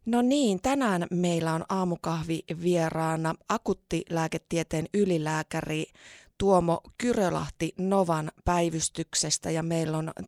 No niin, tänään meillä on aamukahvi vieraana akuuttilääketieteen ylilääkäri Tuomo Kyrölahti Novan päivystyksestä ja meillä on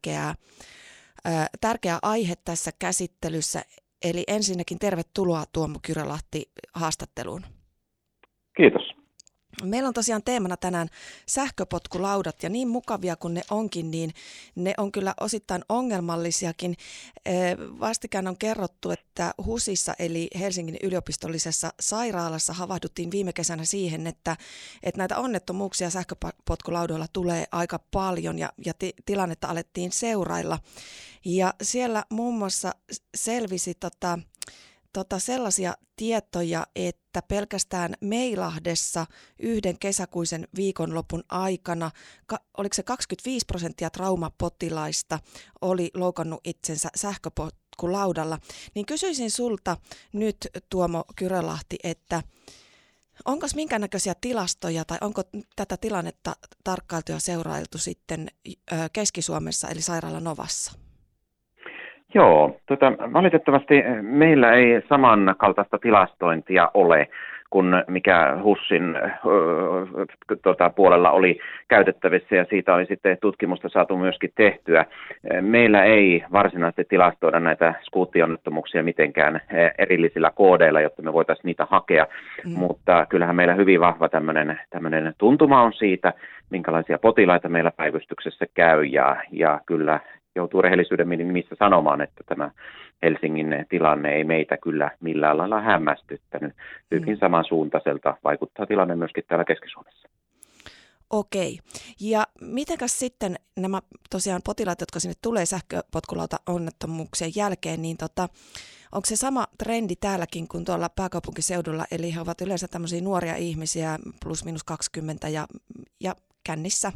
tärkeä aihe tässä käsittelyssä. Eli ensinnäkin tervetuloa Tuomo Kyrölahti haastatteluun. Kiitos. Meillä on tosiaan teemana tänään sähköpotkulaudat ja niin mukavia kuin ne onkin, niin ne on kyllä osittain ongelmallisiakin. Vastikään on kerrottu, että HUSissa eli Helsingin yliopistollisessa sairaalassa havahduttiin viime kesänä siihen, että näitä onnettomuuksia sähköpotkulaudoilla tulee aika paljon ja tilannetta alettiin seurailla. Ja siellä muun muassa selvisi sellaisia tietoja, että pelkästään Meilahdessa yhden kesäkuisen viikonlopun aikana, oliko se 25% traumapotilaista oli loukannut itsensä sähköpotkulaudalla, niin kysyisin sulta nyt Tuomo Kyrölahti, että onko minkäännäköisiä tilastoja tai onko tätä tilannetta tarkkailtu ja seurailtu sitten Keski-Suomessa eli Sairaala Novassa? Joo, valitettavasti meillä ei samankaltaista tilastointia ole kuin mikä HUSin puolella oli käytettävissä ja siitä oli sitten tutkimusta saatu myöskin tehtyä. Meillä ei varsinaisesti tilastoida näitä skuuttionnettomuuksia mitenkään erillisillä koodeilla, jotta me voitaisiin niitä hakea, mutta kyllähän meillä hyvin vahva tämmöinen tuntuma on siitä, minkälaisia potilaita meillä päivystyksessä käy ja kyllä joutuu rehellisyyden nimissä sanomaan, että tämä Helsingin tilanne ei meitä kyllä millään lailla hämmästyttänyt. Hyvin samansuuntaiselta vaikuttaa tilanne myöskin täällä Keski-Suomessa. Okei. Ja mitenkäs sitten nämä tosiaan potilaat, jotka sinne tulee sähköpotkulauta-onnettomuuksien jälkeen, niin onko se sama trendi täälläkin kuin tuolla pääkaupunkiseudulla? Eli he ovat yleensä tämmöisiä nuoria ihmisiä, plus minus 20 ja kännissä?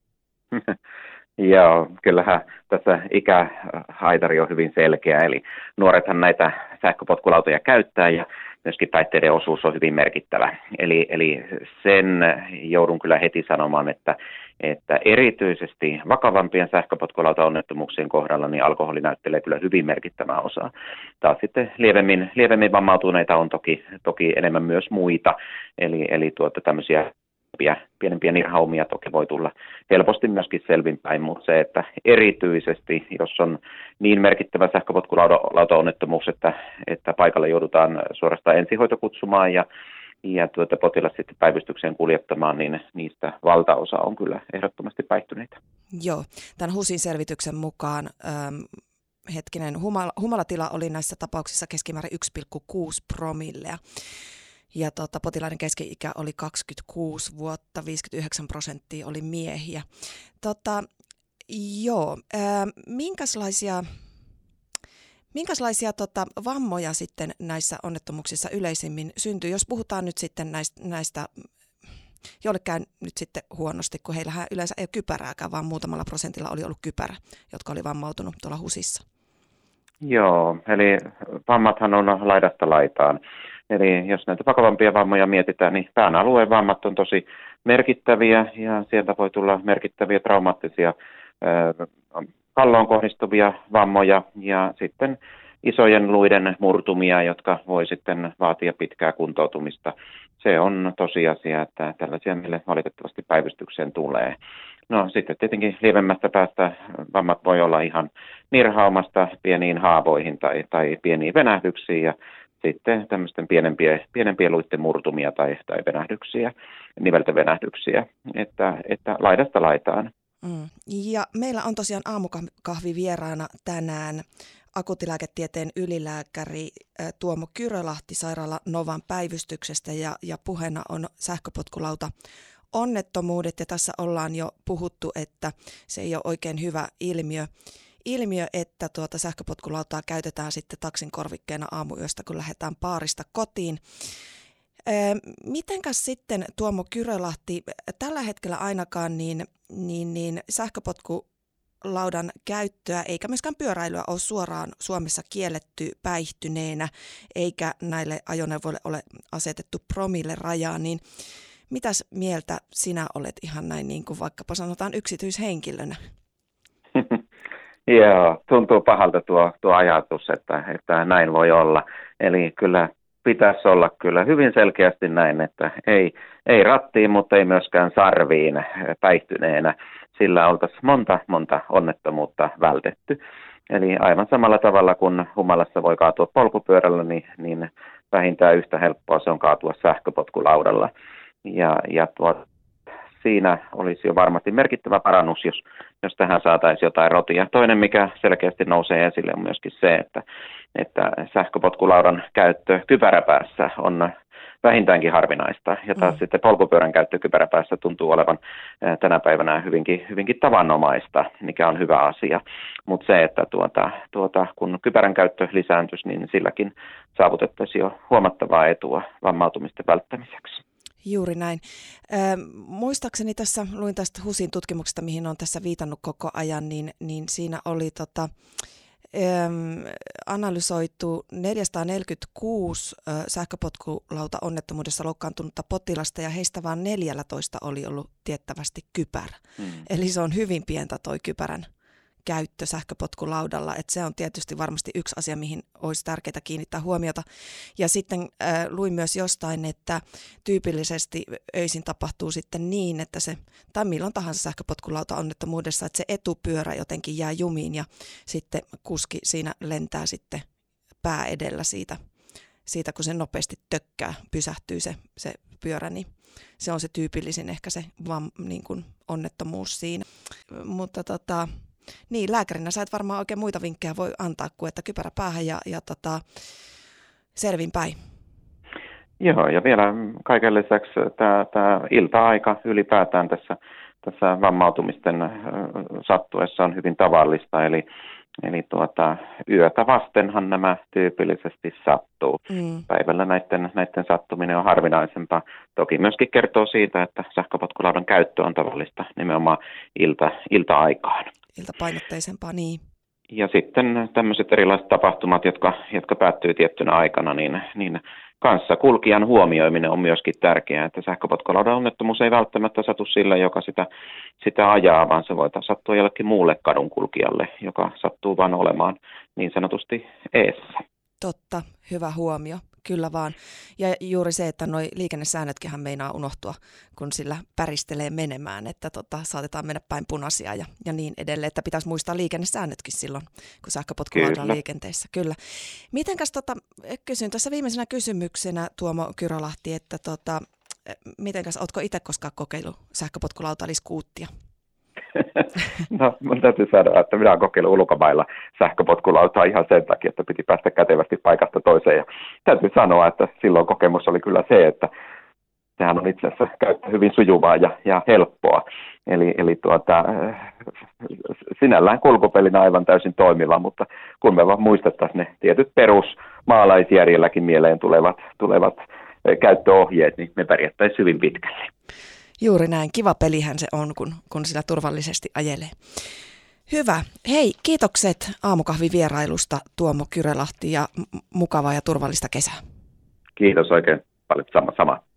Joo, kyllähän tässä ikähaitari on hyvin selkeä, eli nuorethan näitä sähköpotkulautoja käyttää ja myöskin päihteiden osuus on hyvin merkittävä. Eli sen joudun kyllä heti sanomaan, että erityisesti vakavampien sähköpotkulauta-onnettomuuksien kohdalla niin alkoholi näyttelee kyllä hyvin merkittävää osaa. Taas sitten lievemmin vammautuneita on toki enemmän myös muita, eli tämmöisiä pienempiä nirhaumia toki voi tulla helposti myöskin selvinpäin, mutta se, että erityisesti, jos on niin merkittävä sähköpotkulauta-onnettomuus, että paikalle joudutaan suorastaan ensihoito kutsumaan ja potilas sitten päivystykseen kuljettamaan, niin niistä valtaosa on kyllä ehdottomasti päihtyneitä. Joo, tämän HUSin selvityksen mukaan humalatila oli näissä tapauksissa keskimäärin 1,6 promillea. Ja potilaiden keski-ikä oli 26 vuotta, 59% oli miehiä. Minkälaisia vammoja sitten näissä onnettomuuksissa yleisimmin syntyy? Jos puhutaan nyt sitten näistä joille käy nyt sitten huonosti, kun heillähän yleensä ei ole kypärääkään, vaan muutamalla prosentilla oli ollut kypärä, jotka oli vammautunut tuolla HUSissa. Joo, eli vammathan on laidasta laitaan. Eli jos näitä vakavampia vammoja mietitään, niin pään alueen vammat on tosi merkittäviä ja sieltä voi tulla merkittäviä traumaattisia kalloon kohdistuvia vammoja ja sitten isojen luiden murtumia, jotka voi sitten vaatia pitkää kuntoutumista. Se on tosiasia, että tällaisia meille valitettavasti päivystykseen tulee. No sitten tietenkin lievemmästä päästä vammat voi olla ihan nirhaumasta pieniin haavoihin tai pieniin venähdyksiin ja sitten tämmöisten pienempien luitten murtumia tai venähdyksiä, nivelten venähdyksiä, että laidasta laitaan. Ja meillä on tosiaan aamukahvi vieraana tänään akuuttilääketieteen ylilääkäri Tuomo Kyrölahti Sairaala Novan päivystyksestä ja puheena on sähköpotkulauta onnettomuudet ja tässä ollaan jo puhuttu, että se ei ole oikein hyvä ilmiö, että sähköpotkulautaa käytetään sitten taksin korvikkeena aamuyöstä, kun lähdetään baarista kotiin. Mitenkäs sitten Tuomo Kyrölahti, tällä hetkellä ainakaan niin sähköpotkulaudan käyttöä eikä myöskään pyöräilyä ole suoraan Suomessa kielletty päihtyneenä, eikä näille ajoneuvoille ole asetettu promille-rajaa, niin mitäs mieltä sinä olet ihan näin niin kuin vaikkapa sanotaan yksityishenkilönä? Joo, tuntuu pahalta tuo ajatus, että näin voi olla. Eli kyllä pitäisi olla kyllä hyvin selkeästi näin, että ei rattiin, mutta ei myöskään sarviin päihtyneenä. Sillä oltaisiin monta onnettomuutta vältetty. Eli aivan samalla tavalla kuin humalassa voi kaatua polkupyörällä, niin vähintään yhtä helppoa se on kaatua sähköpotkulaudalla. Ja siinä olisi jo varmasti merkittävä parannus, jos tähän saataisiin jotain rotia. Toinen, mikä selkeästi nousee esille, on myöskin se, että sähköpotkulaudan käyttö kypäräpäässä on vähintäänkin harvinaista. Ja taas sitten polkupyörän käyttö kypäräpäässä tuntuu olevan tänä päivänä hyvinkin tavanomaista, mikä on hyvä asia. Mutta se, että kun kypärän käyttö lisääntyisi, niin silläkin saavutettaisiin jo huomattavaa etua vammautumisten välttämiseksi. Juuri näin. Muistaakseni tässä luin tästä HUSin tutkimuksesta, mihin on tässä viitannut koko ajan, niin siinä oli analysoitu 446 sähköpotkulauta-onnettomuudessa loukkaantunutta potilasta ja heistä vain 14 oli ollut tiettävästi kypärä. Eli se on hyvin pientä toi kypärän käyttö sähköpotkulaudalla, että se on tietysti varmasti yksi asia, mihin olisi tärkeää kiinnittää huomiota. Ja sitten luin myös jostain, että tyypillisesti öisin tapahtuu sitten niin, että tai milloin tahansa sähköpotkulauta-onnettomuudessa, että se etupyörä jotenkin jää jumiin ja sitten kuski siinä lentää sitten pää edellä siitä kun se nopeasti tökkää, pysähtyy se pyörä, niin se on se tyypillisin ehkä se niin kuin onnettomuus siinä. Mutta niin, lääkärinä sä et varmaan oikein muita vinkkejä voi antaa kuin, että kypärä päähän ja selvinpäin. Joo, ja vielä kaiken lisäksi tämä ilta-aika ylipäätään tässä vammautumisten sattuessa on hyvin tavallista, eli yötä vastenhan nämä tyypillisesti sattuu. Päivällä näiden sattuminen on harvinaisempaa. Toki myöskin kertoo siitä, että sähköpotkulaudan käyttö on tavallista nimenomaan ilta-aikaan. Iltapainotteisempaa, niin. Ja sitten tämmöiset erilaiset tapahtumat, jotka päättyy tiettynä aikana, niin kanssa kulkijan huomioiminen on myöskin tärkeää, että sähköpotkulaudan onnettomuus ei välttämättä satu sille, joka sitä ajaa, vaan se voi sattua jollekin muulle kadunkulkijalle, joka sattuu vaan olemaan niin sanotusti eessä. Totta, hyvä huomio. Kyllä vaan. Ja juuri se, että nuo liikennesäännötkinhän meinaa unohtua, kun sillä päristelee menemään, että saatetaan mennä päin punaisia ja niin edelleen, että pitäisi muistaa liikennesäännötkin silloin, kun sähköpotkulaudalla liikenteessä. Kyllä. Mitenkäs kysyn tässä viimeisenä kysymyksenä, Tuomo Kyrölahti, että mitenkäs, ootko itse koskaan kokeillut sähköpotkulauta eli skuuttia? No, mun täytyy sanoa, että minä olen kokeillut ulkomailla sähköpotkulautaa ihan sen takia, että piti päästä kätevästi paikasta toiseen. Ja täytyy sanoa, että silloin kokemus oli kyllä se, että sehän on itse asiassa käyttö hyvin sujuvaa ja helppoa. Eli sinällään kulkupelinä aivan täysin toimiva, mutta kun me vaan muistettaisiin ne tietyt perusmaalaisjärjelläkin mieleen tulevat käyttöohjeet, niin me pärjättäisiin hyvin pitkälle. Juuri näin. Kiva pelihän se on, kun sillä turvallisesti ajelee. Hyvä. Hei, kiitokset aamukahvivierailusta Tuomo Kyrölahti ja mukavaa ja turvallista kesää. Kiitos oikein paljon. Sama.